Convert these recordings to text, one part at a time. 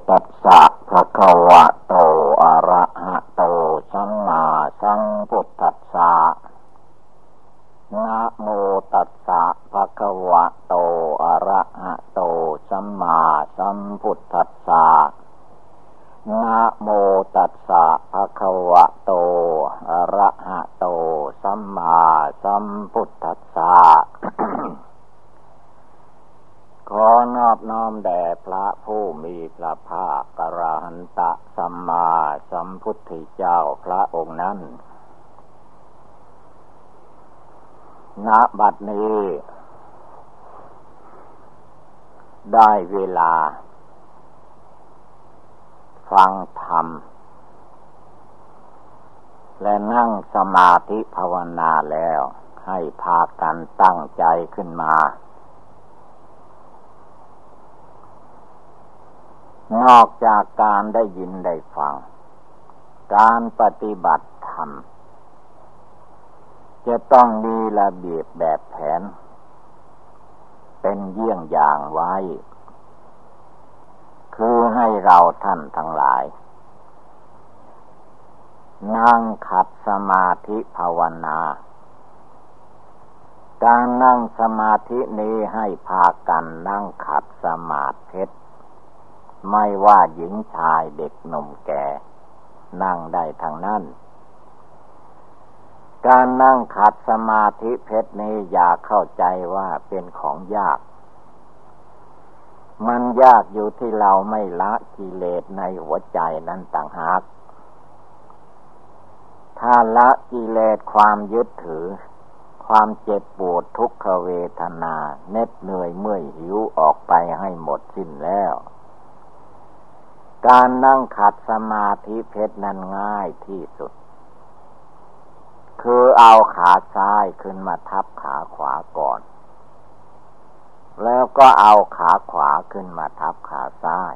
ตัสสะภะคะวะโตอะระหะโตสัมมาสัมพุทธัสสะนะโมตัสสะภะคะวะโตอะระหะโตสัมมาสัมพุทธัสสะนะโมตัสสะภะคะวะโตอะระหะโตสัมมาสัมพุทธัสสะ ขอนอบน้อมแด่พระผู้มีพระภาคอรหันตสัมมาสัมพุทธเจ้าพระองค์นั้นณบัดนี้ได้เวลาฟังธรรมและนั่งสมาธิภาวนาแล้วให้พากันตั้งใจขึ้นมานอกจากการได้ยินได้ฟังการปฏิบัติธรรมจะต้องมีระเบียบแบบแผนเป็นเยี่ยงอย่างไว้คือให้เราท่านทั้งหลายนั่งขัดสมาธิภาวนาการนั่งสมาธินี้ให้พากันนั่งขัดสมาธิไม่ว่าหญิงชายเด็กหนุ่มแก่นั่งได้ทั้งนั้นการนั่งขัดสมาธิเพชรนี้อย่าเข้าใจว่าเป็นของยากมันยากอยู่ที่เราไม่ละกิเลสในหัวใจนั้นต่างหากถ้าละกิเลสความยึดถือความเจ็บปวดทุกขเวทนาเหน็ดเหนื่อยเมื่อยหิวออกไปให้หมดสิ้นแล้วการนั่งขัดสมาธิเพชรนั้นง่ายที่สุดคือเอาขาซ้ายขึ้นมาทับขาขวาก่อนแล้วก็เอาขาขวาขึ้นมาทับขาซ้าย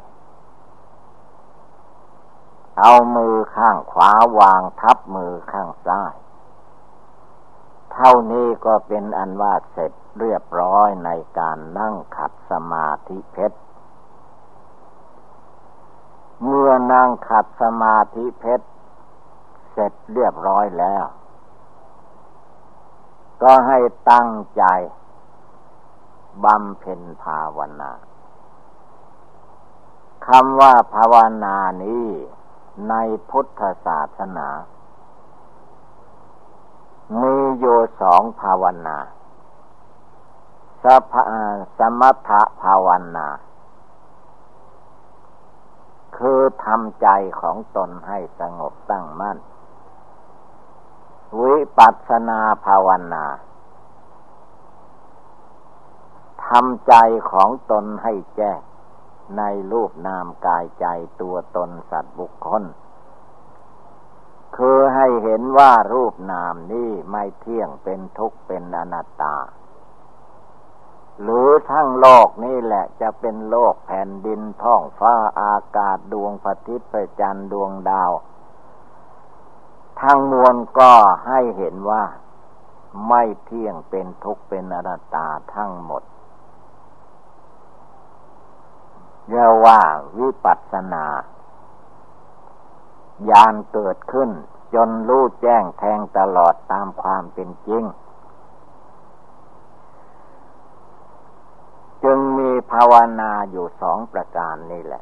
เอามือข้างขวาวางทับมือข้างซ้ายเท่านี้ก็เป็นอันว่าเสร็จเรียบร้อยในการนั่งขัดสมาธิเพชรเมื่อนั่งขัดสมาธิเพชรเสร็จเรียบร้อยแล้วก็ให้ตั้งใจบำเพ็ญภาวนาคำว่าภาวนานี้ในพุทธศาสนามีอยู่สองภาวนาสมถภาวนาคือทำใจของตนให้สงบตั้งมั่นวิปัสสนาภาวนาทำใจของตนให้แจ้งในรูปนามกายใจตัวตนสัตว์บุคคลคือให้เห็นว่ารูปนามนี้ไม่เที่ยงเป็นทุกข์เป็นอนัตตาหรือทั้งโลกนี่แหละจะเป็นโลกแผ่นดินท้องฟ้าอากาศดวงพระอาทิตย์พระจันทร์ดวงดาวทั้งมวลก็ให้เห็นว่าไม่เที่ยงเป็นทุกข์เป็นอนัตตาทั้งหมดเรียกว่าวิปัสสนาญาณเกิดขึ้นจนรู้แจ้งแทงตลอดตามความเป็นจริงจึงมีภาวนาอยู่สองประการนี่แหละ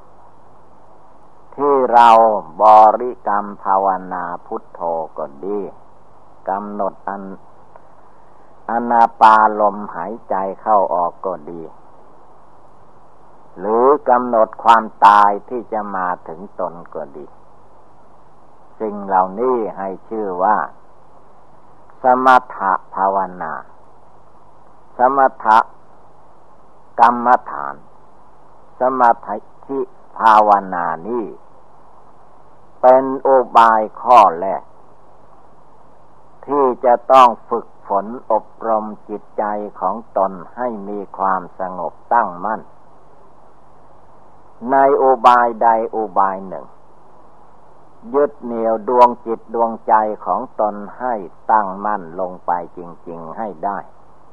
ที่เราบริกรรมภาวนาพุทโธก็ดีกำหนดอานาปานลมหายใจเข้าออกก็ดีหรือกำหนดความตายที่จะมาถึงตนก็ดีสิ่งเหล่านี้ให้ชื่อว่าสมถภาวนาสมถกรรมฐานสมาธิภาวนานี้เป็นอุบายข้อแรกที่จะต้องฝึกฝนอบรมจิตใจของตนให้มีความสงบตั้งมั่นในอุบายใดอุบายหนึ่งยึดเหนี่ยวดวงจิตดวงใจของตนให้ตั้งมั่นลงไปจริงๆให้ได้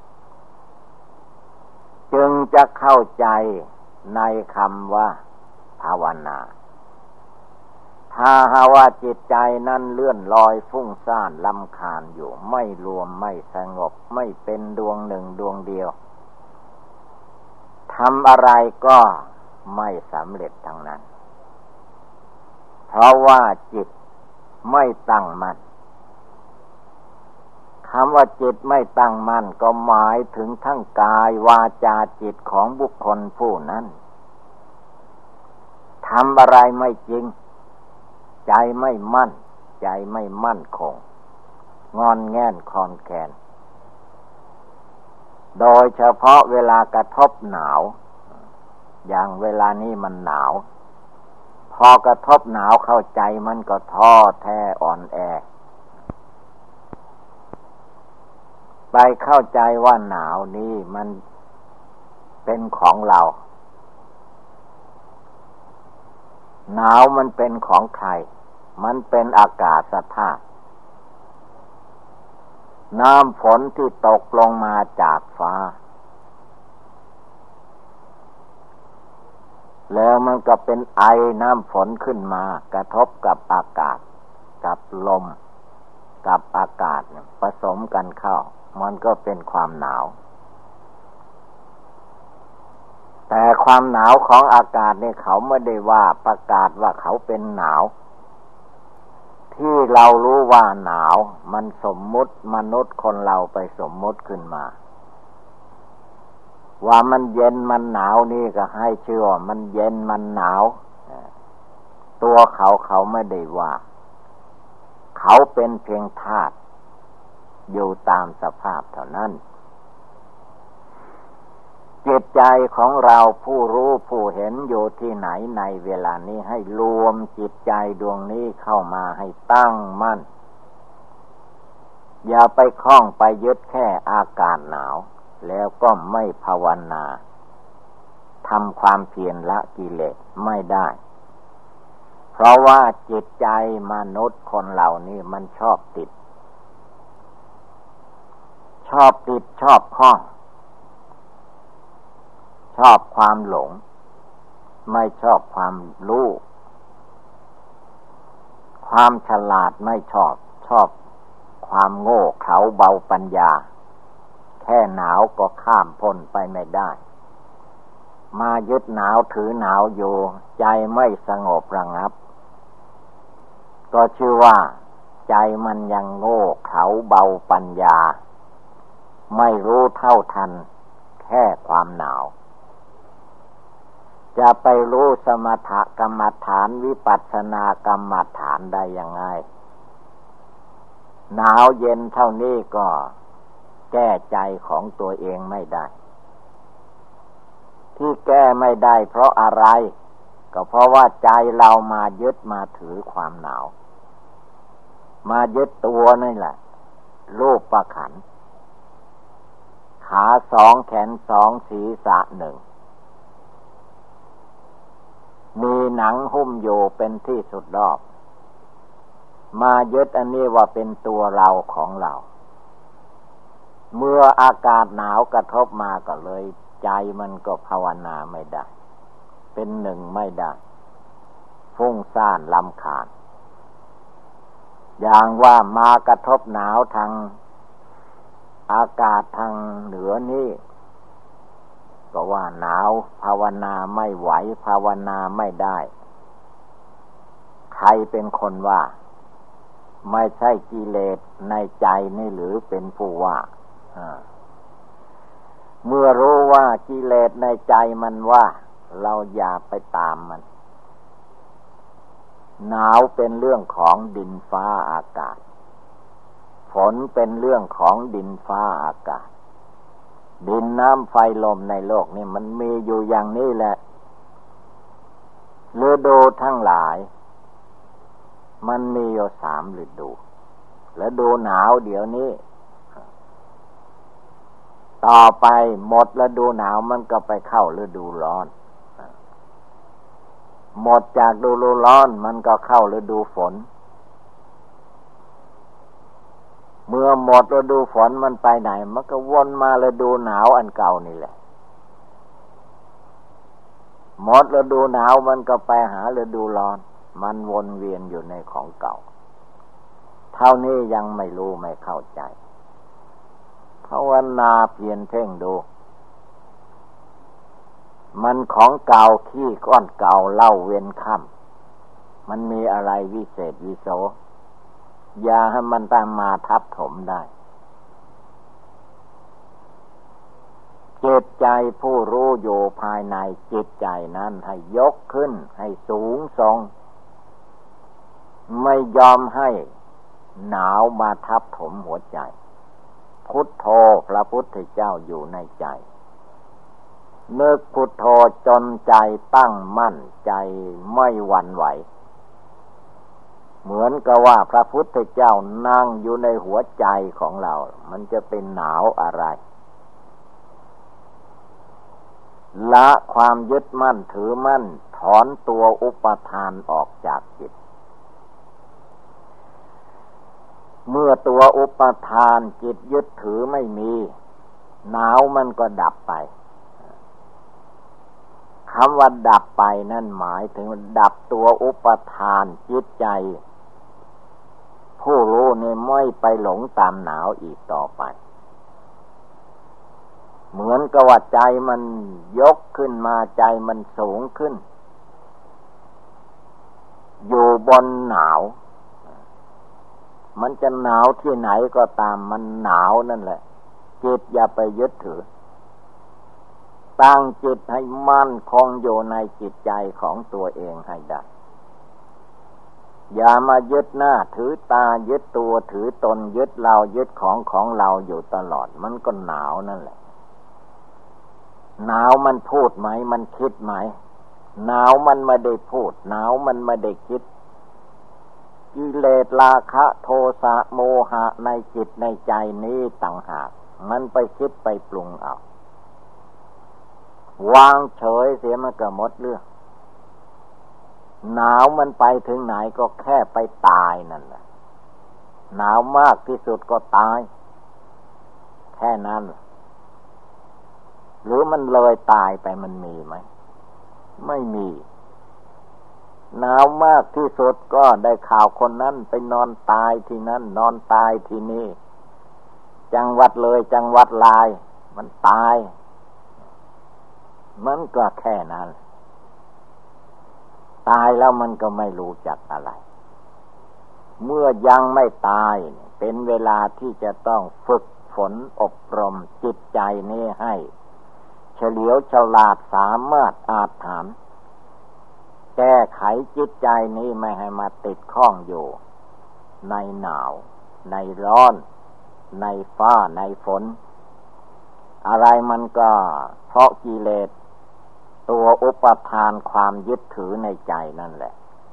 จึงจะเข้าใจในคำว่าภาวนาถ้าหาว่าจิตใจนั้นเลื่อนลอยฟุ้งซ่านรำคาญอยู่ไม่รวมไม่สงบไม่เป็นดวงหนึ่งดวงเดียวทำอะไรก็ไม่สำเร็จทั้งนั้นเพราะว่าจิตไม่ตั้งมั่นคำว่าจิตไม่ตั้งมั่นก็หมายถึงทั้งกายวาจาจิตของบุคคลผู้นั้นทำอะไรไม่จริงใจไม่มั่นใจไม่มั่นคงงอนแง่นคลอนแคลนโดยเฉพาะเวลากระทบหนาวอย่างเวลานี้มันหนาวพอกระทบหนาวเข้าใจมันก็ท้อแท้อ่อนแอไปเข้าใจว่าหนาวนี้มันเป็นของเราหนาวมันเป็นของใครมันเป็นอากาศธาตุน้ำฝนที่ตกลงมาจากฟ้าแล้วมันก็เป็นไอน้ำฝนขึ้นมากระทบกับอากาศกับลมกับอากาศผสมกันเข้ามันก็เป็นความหนาวแต่ความหนาวของอากาศเนี่ยเขาไม่ได้ว่าประกาศว่าเขาเป็นหนาวที่เรารู้ว่าหนาวมันสมมุติมนุษย์คนเราไปสมมุติขึ้นมาว่ามันเย็นมันหนาวนี่ก็ให้ชื่อว่ามันเย็นมันหนาวตัวเขาไม่ได้ว่าเขาเป็นเพียงธาตุอยู่ตามสภาพเท่านั้นจิตใจของเราผู้รู้ผู้เห็นอยู่ที่ไหนในเวลานี้ให้รวมจิตใจดวงนี้เข้ามาให้ตั้งมั่นอย่าไปคล้องไปยึดแค่อากาศหนาวแล้วก็ไม่ภาวนาทำความเพียรละกิเลสไม่ได้เพราะว่าจิตใจมนุษย์คนเหล่านี้มันชอบติดชอบคล้องชอบความหลงไม่ชอบความรู้ความฉลาดไม่ชอบความโง่เขลาเบาปัญญาแค่หนาวก็ข้ามพ้นไปไม่ได้มายึดหนาวถือหนาวอยู่ใจไม่สงบระงับก็ชื่อว่าใจมันยังโง่เขลาเบาปัญญาไม่รู้เท่าทันแค่ความหนาวจะไปรู้สมถกรรมฐานวิปัสสนากรรมฐานได้ยังไงหนาวเย็นเท่านี้ก็แก้ใจของตัวเองไม่ได้ที่แก้ไม่ได้เพราะอะไรก็เพราะว่าใจเรามายึดมาถือความหนาวมายึดตัวนี่แหละรูปประขันธ์ขาสองแขนสองศีรษะหนึ่งมีหนังหุ้มอยู่เป็นที่สุดรอบมายึดอันนี้ว่าเป็นตัวเราของเราเมื่ออากาศหนาวกระทบมาก็เลยใจมันก็ภาวนาไม่ได้เป็นหนึ่งไม่ได้ฟุ้งซ่านรำคาญอย่างว่ามากระทบหนาวทางอากาศทางเหนือนี่ก็ว่าหนาวภาวนาไม่ไหวภาวนาไม่ได้ใครเป็นคนว่าไม่ใช่กิเลสในใจนี่หรือเป็นผู้ว่าเมื่อรู้ว่ากิเลสในใจมันว่าเราอย่าไปตามมันหนาวเป็นเรื่องของดินฟ้าอากาศฝนเป็นเรื่องของดินฟ้าอากาศดินน้ำไฟลมในโลกนี่มันมีอยู่อย่างนี้แหละฤดูทั้งหลายมันมีอยู่3ฤดูฤดูหนาวเดี๋ยวนี้ต่อไปหมดฤดูหนาวมันก็ไปเข้าฤดูร้อนหมดจากฤดูร้อนมันก็เข้าฤดูฝนเมื่อหมดฤดูฝนมันไปไหนมันก็วนมาฤดูหนาวอันเก่านี่แหละหมดฤดูหนาวมันก็ไปหาฤดูร้อนมันวนเวียนอยู่ในของเก่าเท่านี้ยังไม่รู้ไม่เข้าใจภาวนาเพียรเพ่งดูมันของเก่าขี้ก้อนเก่าเล่าเวียนค่ำมันมีอะไรวิเศษวิโสอย่าให้มันตามมาทับถมได้จิตใจผู้รู้อยู่ภายในจิตใจนั้นให้ยกขึ้นให้สูงส่งไม่ยอมให้หนาวมาทับถมหัวใจพุทโธพระพุทธเจ้าอยู่ในใจนึกพุทโธจนใจตั้งมั่นใจไม่หวั่นไหวเหมือนกับว่าพระพุทธเจ้านั่งอยู่ในหัวใจของเรามันจะเป็นหนาวอะไรละความยึดมั่นถือมั่นถอนตัวอุปทานออกจากจิตเมื่อตัวอุปทานจิตยึดถือไม่มีหนาวมันก็ดับไปคำว่าดับไปนั่นหมายถึงดับตัวอุปทานจิตใจผู้รู้นี่ไม่ไปหลงตามหนาวอีกต่อไปเหมือนกับว่าใจมันยกขึ้นมาใจมันสูงขึ้นอยู่บนหนาวมันจะหนาวที่ไหนก็ตามมันหนาวนั่นแหละจิตอย่าไปยึดถือตั้งจิตให้มั่นคงอยู่ในจิตใจของตัวเองให้ได้อย่ามายึดหน้าถือตายึดตัวถือตนยึดเรายึดของเราอยู่ตลอดมันก็หนาวนั่นแหละหนาวมันพูดไหมมันคิดไหมหนาวมันไม่ได้พูดหนาวมันไม่ได้คิดกิเลสราคะโทสะโมหะในจิตในใจนี้ต่างหากมันไปคิดไปปรุงเอาวางเฉยเสียมันก็หมดเรื่องหนาวมันไปถึงไหนก็แค่ไปตายนั่นแหละหนาวมากที่สุดก็ตายแค่นั้นหรือมันเลยตายไปมันมีไหมไม่มีหนาวมากที่สุดก็ได้ข่าวคนนั้นไปนอนตายที่นั่นนอนตายที่นี่จังหวัดเลยจังหวัดลายมันตายมันก็แค่นั้นตายแล้วมันก็ไม่รู้จักอะไรเมื่อยังไม่ตายเป็นเวลาที่จะต้องฝึกฝนอบรมจิตใจนี้ให้เฉลียวฉลาดสามารถอาจถามแก้ไขจิตใจนี้ไม่ให้มาติดข้องอยู่ในหนาวในร้อนในฟ้าในฝนอะไรมันก็เพราะกิเลสตัวอุปทานความยึดถือในใจนั่นแหละ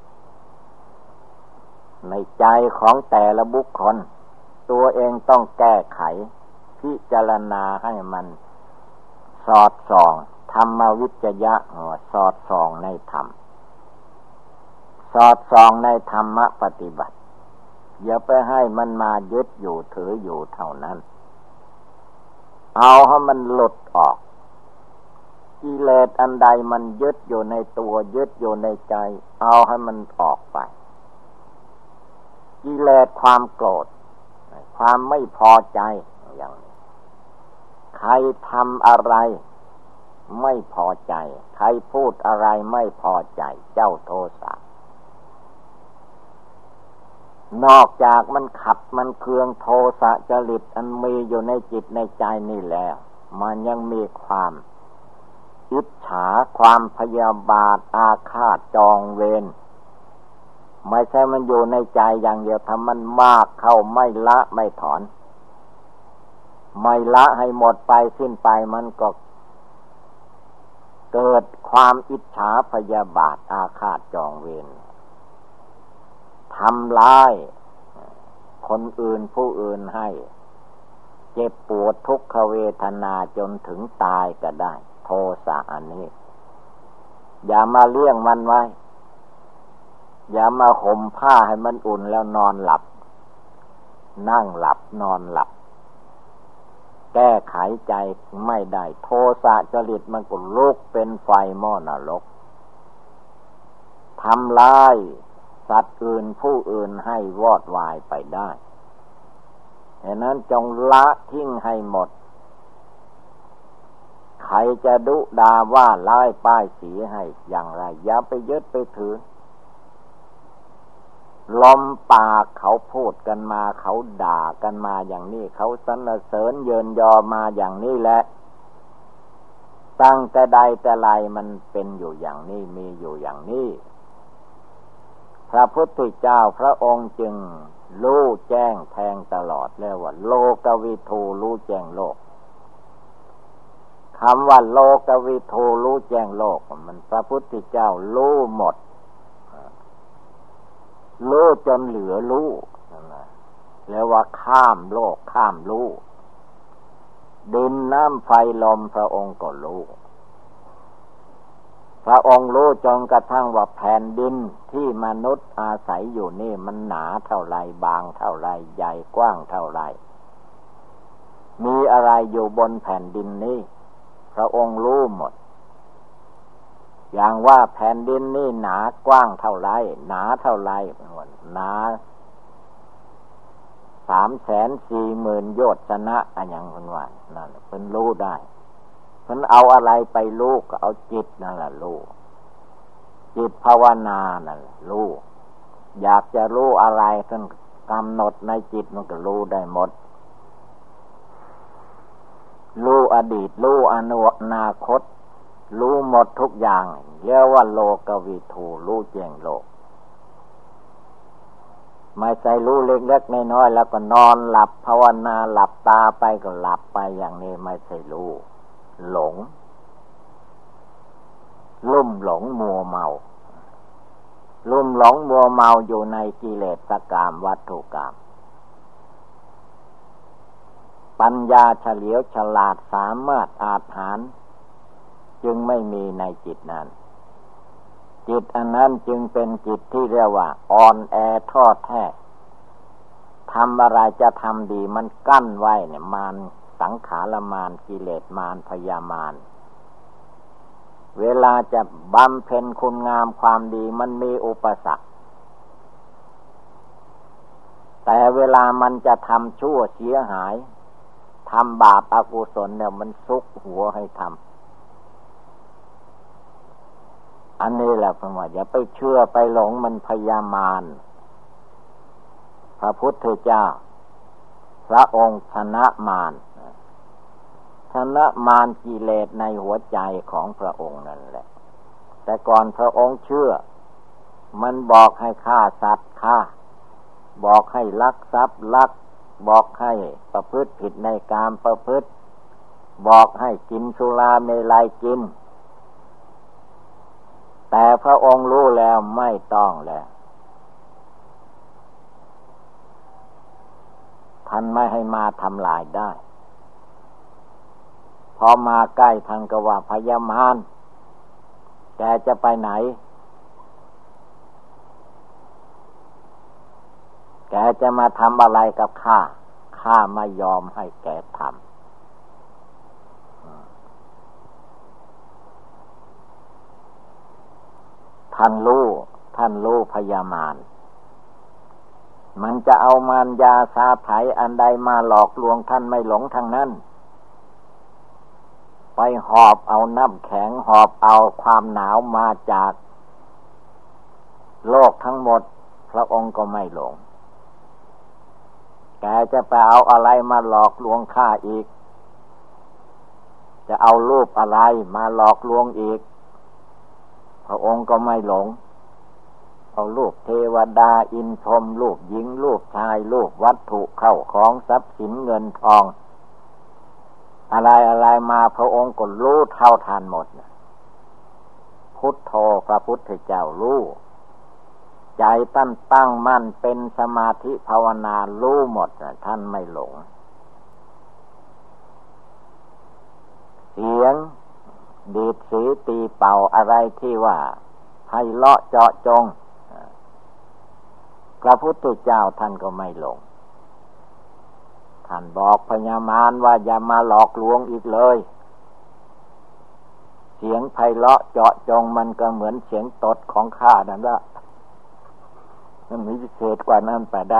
ในใจของแต่ละบุคคลตัวเองต้องแก้ไขพิจารณาให้มันสอดส่องธรรมวิจยะสอดส่องในธรรมสอดส่องในธรรมปฏิบัติอย่าไปให้มันมายึดอยู่ถืออยู่เท่านั้นเอาให้มันหลุดออกกิเลสอันใดมันยึดอยู่ในตัวยึดอยู่ในใจเอาให้มันออกไปกิเลสความโกรธความไม่พอใจอย่างนี้ใครทำอะไรไม่พอใจใครพูดอะไรไม่พอใจเจ้าโทสะนอกจากมันขัดมันเคืองโทสะจริตอันมีอยู่ในจิตในใจนี่แล้วมันยังมีความอิจฉาความพยาบาทอาฆาตจองเวรไม่ใช่มันอยู่ในใจอย่างเดียวถ้ามันมากเข้าไม่ละไม่ถอนไม่ละให้หมดไปสิ้นไปมันก็เกิดความอิจฉาพยาบาทอาฆาตจองเวรทำร้ายคนอื่นผู้อื่นให้เจ็บปวดทุกขเวทนาจนถึงตายก็ได้โทสะอันนี้อย่ามาเลี้ยงมันไว้อย่ามาห่มผ้าให้มันอุ่นแล้วนอนหลับนั่งหลับนอนหลับแก้ไขใจไม่ได้โทสะจริตมันก็ลุกเป็นไฟหม้อนรกทำลายสัตว์อื่นผู้อื่นให้วอดวายไปได้ฉะนั้นจงละทิ้งให้หมดใครจะดุด่าว่าร้ายป้ายสีให้อย่างไรอย่าไปยึดไปถือลมปากเขาพูดกันมาเขาด่ากันมาอย่างนี้เขาสรรเสริญเยินยอมาอย่างนี้แหละตั้งแต่ใดแต่ไรมันเป็นอยู่อย่างนี้มีอยู่อย่างนี้พระพุทธเจ้าพระองค์จึงรู้แจ้งแทงตลอดแล้วว่าโลกวิทูรู้แจ้งโลกคำว่าโลกวิทูรู้แจ้งโลกมันพระพุทธเจ้ารู้หมดรู้จนเหลือรู้แล้วว่าข้ามโลกข้ามรู้ดินน้ำไฟลมพระองค์ก็รู้พระองค์รู้จนกระทั่งว่าแผ่นดินที่มนุษย์อาศัยอยู่นี่มันหนาเท่าไรบางเท่าไรใหญ่กว้างเท่าไรมีอะไรอยู่บนแผ่นดินนี้พระองค์รู้หมดอย่างว่าแผ่นดินนี่หนากว้างเท่าไรหนาเท่าไรหนา340,000 โยชนะอันอย่างคนว่านั่นเพิ่นรู้ได้เพิ่นเอาอะไรไปรู้ก็เอาจิตนั่นแหละรู้จิตภาวนานั่นรู้อยากจะรู้อะไรท่านกำหนดในจิตมันก็รู้ได้หมดรู้อดีตรู้อนาคตรู้หมดทุกอย่างเรียกว่าโลกวิทูรู้แจ้งโลกไม่ใช่รู้เล็กๆน้อยๆแล้วก็นอนหลับภาวนาหลับตาไปก็หลับไปอย่างนี้ไม่ใช่รู้หลงลุ่มหลงมัวเมาลุ่มหลงมัวเมาอยู่ในกิเลสกามวัตถุกรรมปัญญาเฉลียวฉลาดสามารถอาจหารจึงไม่มีในจิตนั้นจิตอันนั้นจึงเป็นจิตที่เรียกว่าอ่อนแอท้อแท้ทำอะไรจะทำดีมันกั้นไว้เนี่ยมารสังขารมารกิเลสมารพยามารเวลาจะบำเพ็ญคุณงามความดีมันมีอุปสรรคแต่เวลามันจะทำชั่วเสียหายทำบาปอกุศลเนี่ยมันซุกหัวให้ทำอันนี้แหละผมว่าอย่าไปเชื่อไปหลงมันพยามารพระพุทธเจ้าพระองค์ชนะมารชนะมารกิเลสในหัวใจของพระองค์นั่นแหละแต่ก่อนพระองค์เชื่อมันบอกให้ฆ่าสัตว์ฆ่าบอกให้ลักทรัพย์ลักบอกให้ประพฤติผิดในกามประพฤติบอกให้กินสุราเมลัยกินแต่พระองค์รู้แล้วไม่ต้องแล้วท่านไม่ให้มาทำลายได้พอมาใกล้ทางก็ว่าพยามารแกจะไปไหนแกจะมาทำอะไรกับข้าไม่ยอมให้แกทำท่านรู้พยามารมันจะเอามารยาสาไถอันใดมาหลอกลวงท่านไม่หลงทางนั้นไปหอบเอาน้ำแข็งหอบเอาความหนาวมาจากโลกทั้งหมดพระองค์ก็ไม่หลงแกจะไปเอาอะไรมาหลอกลวงข้าอีกจะเอารูปอะไรมาหลอกลวงอีกพระองค์ก็ไม่หลงเอารูปเทวดาอินทรรูปหญิงรูปชายรูปวัตถุเข้าของทรัพย์สินเงินทองอะไรมาพระองค์ก็รู้เท่าทันหมดพุทโธพระพุทธเจ้ารู้ใจตั้งมั่นเป็นสมาธิภาวนารู้หมดท่านไม่หลงเสียงดีดสีตีเป่าอะไรที่ว่าไพเราะเจาะจงพระพุทธเจ้าท่านก็ไม่หลงท่านบอกพญามารว่าอย่ามาหลอกลวงอีกเลยเสียงไพเราะเจาะจงมันก็เหมือนเสียงตดของข้านั่นละมันมีพิเศษกว่านั้นไปได้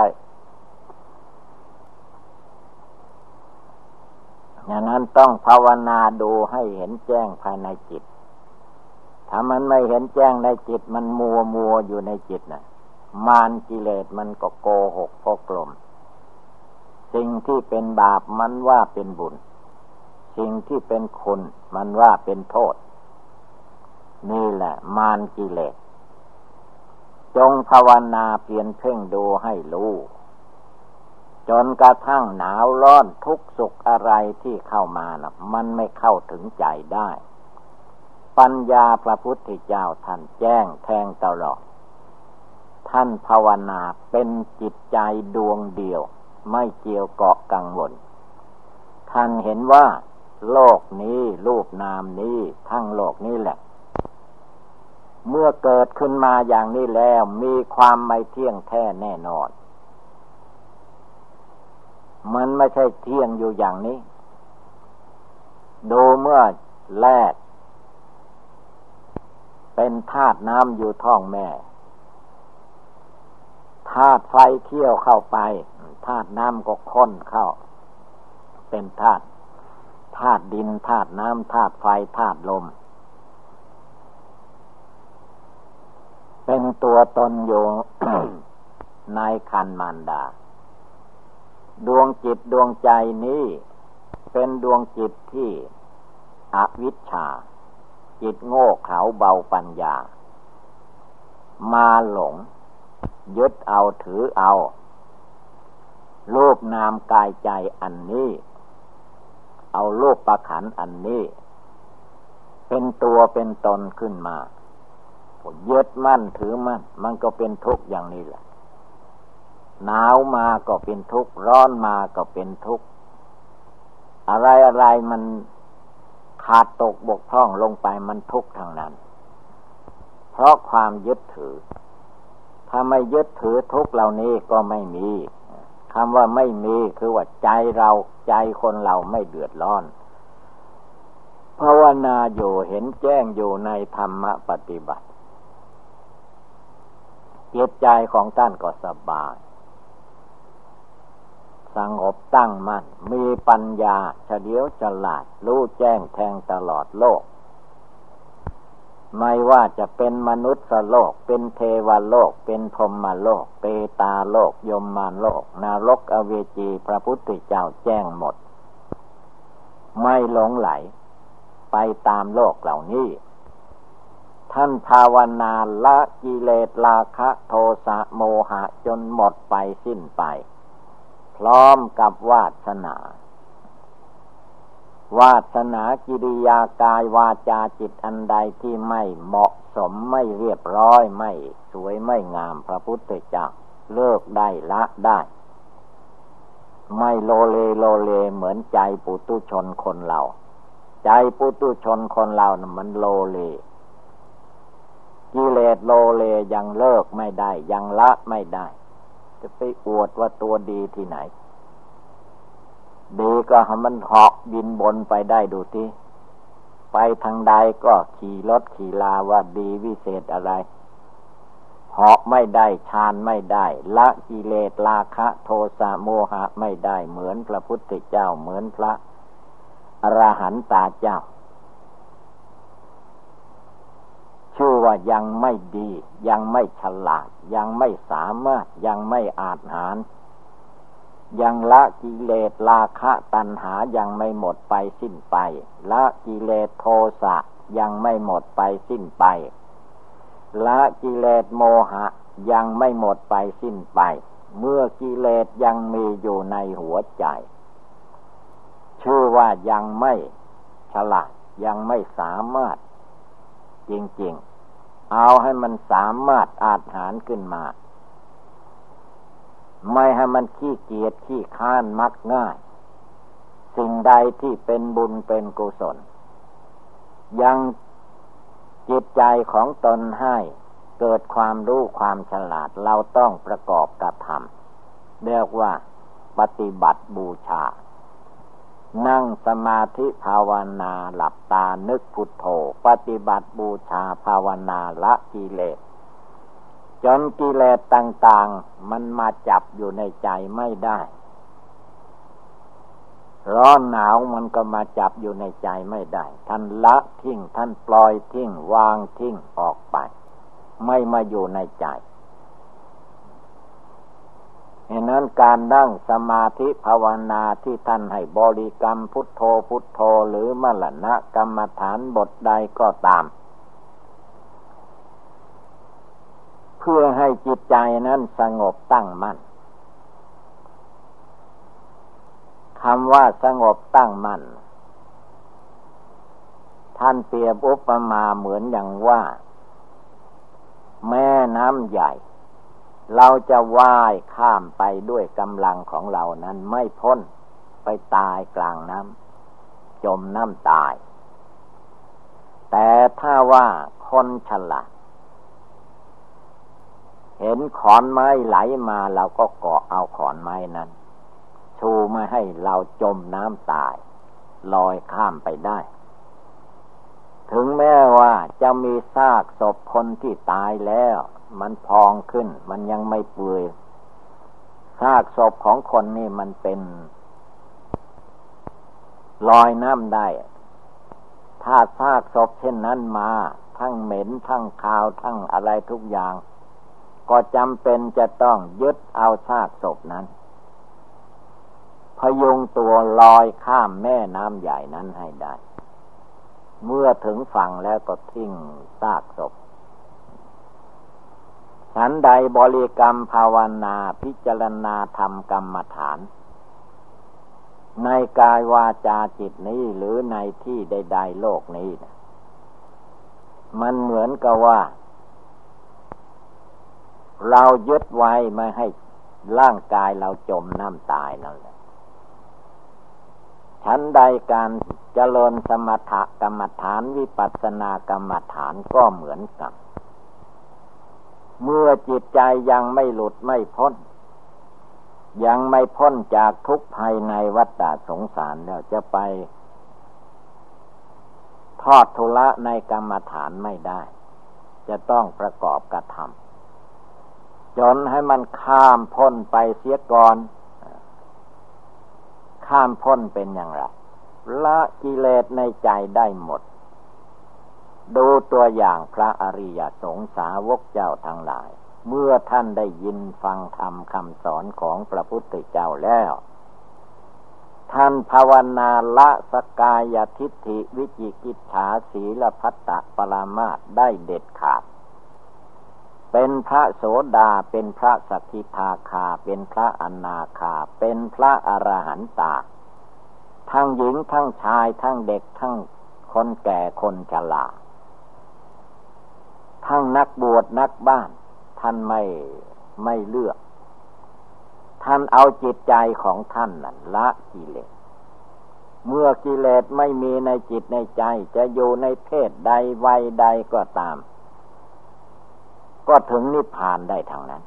อย่างนั้นต้องภาวนาดูให้เห็นแจ้งภายในจิตถ้ามันไม่เห็นแจ้งในจิตมันมัวอยู่ในจิตน่ะมารกิเลสมันก็โกหกพกลมสิ่งที่เป็นบาปมันว่าเป็นบุญสิ่งที่เป็นคุณมันว่าเป็นโทษนี่แหละมารกิเลสจงภาวนาเพียรเพ่งดูให้รู้จนกระทั่งหนาวร้อนทุกข์สุขอะไรที่เข้ามานะมันไม่เข้าถึงใจได้ปัญญาพระพุทธเจ้าท่านแจ้งแทงตลอดท่านภาวนาเป็นจิตใจดวงเดียวไม่เกี่ยวเกาะกังวลท่านเห็นว่าโลกนี้รูปนามนี้ทั้งโลกนี้แหละเมื่อเกิดขึ้นมาอย่างนี้แล้วมีความไม่เที่ยงแท้แน่นอนมันไม่ใช่เที่ยงอยู่อย่างนี้ดูเมื่อแรกเป็นธาตุน้ำอยู่ท้องแม่ธาตุไฟเคี่ยวเข้าไปธาตุน้ำก็ข้นเข้าเป็นธาตุดินธาตุน้ำธาตุไฟธาตุลมเป็นตัวตนอยู่ ในครรภ์มารดาดวงจิตดวงใจนี้เป็นดวงจิตที่อวิชชาจิตโง่เขลาเบาปัญญามาหลงยึดเอาถือเอารูปนามกายใจอันนี้เอารูปประขันอันนี้เป็นตัวเป็นตนขึ้นมายึดมั่นถือมั่นมันก็เป็นทุกข์อย่างนี้แหละหนาวมาก็เป็นทุกข์ร้อนมาก็เป็นทุกข์อะไรมันขาดตกบกพร่องลงไปมันทุกข์ทางนั้นเพราะความยึดถือถ้าไม่ยึดถือทุกข์เหล่านี้ก็ไม่มีคำว่าไม่มีคือว่าใจเราใจคนเราไม่เดือดร้อนภาวนาอยู่เห็นแจ้งอยู่ในธรรมปฏิบัติจิตใจของท่านก็สบายสงบตั้งมั่นมีปัญญาเฉลียวฉลาดรู้แจ้งแทงตลอดโลกไม่ว่าจะเป็นมนุษย์โลกเป็นเทวโลกเป็นพรหมโลกเปตาโลกยมโลกนรกอเวจีพระพุทธเจ้าแจ้งหมดไม่หลงไหลไปตามโลกเหล่านี้ท่านภาวนาละกิเลสราคะโทสะโมหะจนหมดไปสิ้นไปพร้อมกับวาสนกิริยากายวาจาจิตอันใดที่ไม่เหมาะสมไม่เรียบร้อยไม่สวยไม่งามพระพุทธเจ้าเลิกได้ละได้ไม่โลเลเหมือนใจปุถุชนคนเราใจปุถุชนคนเรานะมันโลเลกิเลสโลเลยังเลิกไม่ได้ยังละไม่ได้จะไปอวดว่าตัวดีที่ไหนดีก็ให้มันเหาะบินบนไปได้ดูทีไปทางใดก็ขี่รถขี่ลาว่าดีวิเศษอะไรเหาะไม่ได้ฌานไม่ได้ละกิเลสราคะโทสะโมหะไม่ได้เหมือนพระพุทธเจ้าเหมือนพระอรหันตเจ้าชื่อว่ายังไม่ดียังไม่ฉลาดยังไม่สามารถยังไม่อาจหาญยังละกิเลสราคะตัณหายังไม่หมดไปสิ้นไปละกิเลสโทสะยังไม่หมดไปสิ้นไปละกิเลสโมหะยังไม่หมดไปสิ้นไปเมื่อกิเลสยังมีอยู่ในหัวใจชื่อว่ายังไม่ฉลาดยังไม่สามารถจริงๆเอาให้มันสามารถอาจหาญขึ้นมาไม่ให้มันขี้เกียจขี้ค้านมักง่ายสิ่งใดที่เป็นบุญเป็นกุศลยังจิตใจของตนให้เกิดความรู้ความฉลาดเราต้องประกอบกระทำเรียกว่าปฏิบัติบูชานั่งสมาธิภาวนาหลับตานึกพุทโธปฏิบัติบูชาภาวนาละกิเลสจนกิเลสต่างๆมันมาจับอยู่ในใจไม่ได้ร้อนหนาวมันก็มาจับอยู่ในใจไม่ได้ท่านละทิ้งท่านปล่อยทิ้งวางทิ้งออกไปไม่มาอยู่ในใจฉะนั้นการนั่งสมาธิภาวนาที่ท่านให้บริกรรมพุทโธพุทโธหรือมรณะกรรมฐานบทใดก็ตามเพื่อให้จิตใจนั้นสงบตั้งมั่นคำว่าสงบตั้งมั่นท่านเปรียบอุปมาเหมือนอย่างว่าแม่น้ำใหญ่เราจะว่ายข้ามไปด้วยกำลังของเรานั้นไม่พ้นไปตายกลางน้ำจมน้ำตายแต่ถ้าว่าคนฉลาดเห็นขอนไม้ไหลมาเราก็เกาะเอาขอนไม้นั้นชูไม่ให้เราจมน้ำตายลอยข้ามไปได้ถึงแม้ว่าจะมีซากศพคนที่ตายแล้วมันพองขึ้นมันยังไม่เปื่อยซากศพของคนนี่มันเป็นลอยน้ำได้ถ้าซากศพเช่นนั้นมาทั้งเหม็นทั้งคาวทั้งอะไรทุกอย่างก็จำเป็นจะต้องยึดเอาซากศพนั้นพยุงตัวลอยข้ามแม่น้ำใหญ่นั้นให้ได้เมื่อถึงฝั่งแล้วก็ทิ้งซากศพฉันใดบริกรรมภาวนาพิจารณาธรรมกรรมฐานในกายวาจาจิตนี้หรือในที่ใดๆโลกนี้มันเหมือนกับว่าเรายึดไว้ไม่ให้ร่างกายเราจมน้ำตายนั่นแหละฉันใดการเจริญสมถกรรมฐานวิปัสสนากรรมฐานก็เหมือนกันเมื่อจิตใจยังไม่หลุดไม่พ้นยังไม่พ้นจากทุกข์ภายในวัฏฏะสงสารแล้วจะไปทอดทุละในกรรมฐานไม่ได้จะต้องประกอบกระทำจนให้มันข้ามพ้นไปเสียก่อนข้ามพ้นเป็นอย่างไรละกิเลสในใจได้หมดดูตัวอย่างพระอริยสงฆ์สาวกเจ้าทั้งหลายเมื่อท่านได้ยินฟังธรรมคำสอนของพระพุทธเจ้าแล้วท่านภาวนาละสกายทิฏฐิวิจิกิจฉาสีลพัตตปรามาสได้เด็ดขาดเป็นพระโสดาเป็นพระสกิทาคาเป็นพระอนาคาเป็นพระอรหันตาทั้งหญิงทั้งชายทั้งเด็กทั้งคนแก่คนชราทั้งนักบวชนักบ้านท่านไม่เลือกท่านเอาจิตใจของท่านนั้นละกิเลสเมื่อกิเลสไม่มีในจิตในใจจะอยู่ในเพศใดวัยใดก็ตามก็ถึงนิพพานได้ทางนั้น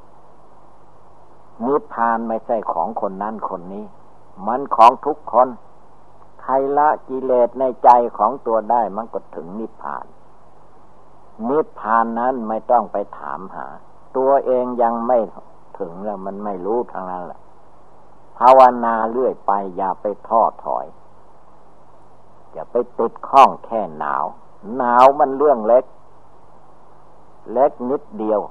นิพพานไม่ใช่ของคนนั้นคนนี้มันของทุกคนใครละกิเลสในใจของตัวได้มันก็ถึงนิพพานนิพพานนั้นไม่ต้องไปถามหาตัวเองยังไม่ถึงแล้วมันไม่รู้ทางนั้นแหละภาวนาเรื่อยไปอย่าไปท้อถอยอย่าไปติดข้องแค่หนาวมันเรื่องเล็กนิดเดียว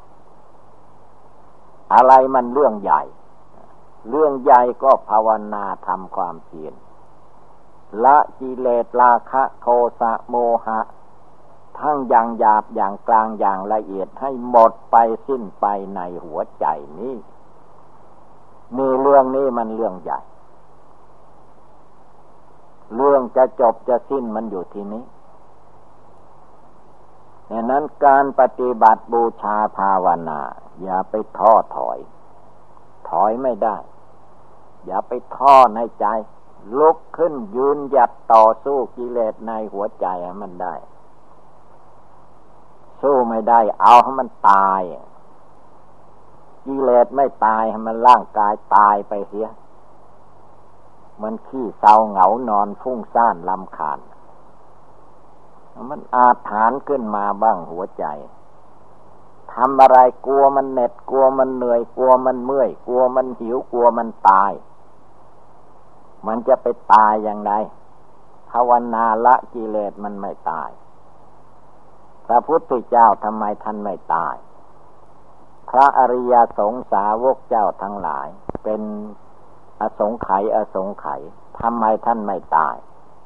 อะไรมันเรื่องใหญ่ก็ภาวนาทำความเพียรละกิเลสราคะโทสะโมหะทั้งอย่างหยาบอย่างกลางอย่างละเอียดให้หมดไปสิ้นไปในหัวใจนี้มีเรื่องนี้มันเรื่องใหญ่เรื่องจะจบจะสิ้นมันอยู่ที่นี้ดังนั้นการปฏิบัติบูชาภาวนาอย่าไปท้อถอยไม่ได้อย่าไปท้อในใจลุกขึ้นยืนหยัดต่อสู้กิเลสในหัวใจให้มันได้สู้ไม่ได้เอาให้มันตายกิเลสไม่ตายให้มันร่างกายตายไปเสียมันขี้เศร้าเหงานอนฟุ้งซ่านรำคาญมันอาถรรพ์ขึ้นมาบ้างหัวใจทำอะไรกลัวมันเหน็ดกลัวมันเหนื่อยกลัวมันเมื่อยกลัวมันหิวกลัวมันตายมันจะไปตายอย่างไรภาวนาละกิเลสมันไม่ตายพระพุทธเจ้าทำไมท่านไม่ตายพระอริยสงสาวกเจ้าทั้งหลายเป็นอสงไขยทำไมท่านไม่ตาย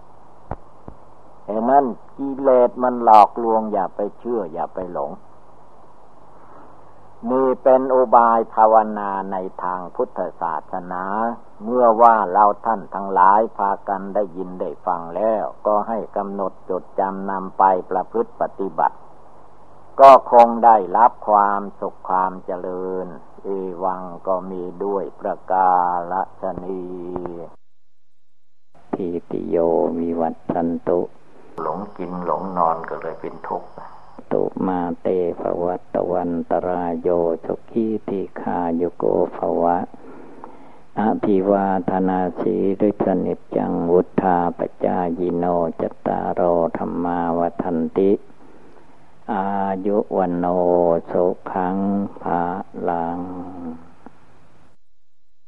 เหตุนั้นกิเลสมันหลอกลวงอย่าไปเชื่ออย่าไปหลงนี่เป็นอุบายภาวนาในทางพุทธศาสนาเมื่อว่าเราท่านทั้งหลายพากันได้ยินได้ฟังแล้วก็ให้กำหนดจดจำนำไปประพฤติปฏิบัติก็คงได้รับความสุขความเจริญเอวังก็มีด้วยประกาศนีทิติโยวิวัตชันตุหลงกินหลงนอนก็เลยเป็นทุกข์ตุมาเตภวัตวันตรายโยสุขีติคาโยโกภวะอภิวาทนาสีริสนิจจังวุธาปจายิโนจตตารโอธรรมาวัฏันติอายุวันโนสุขังภาลัง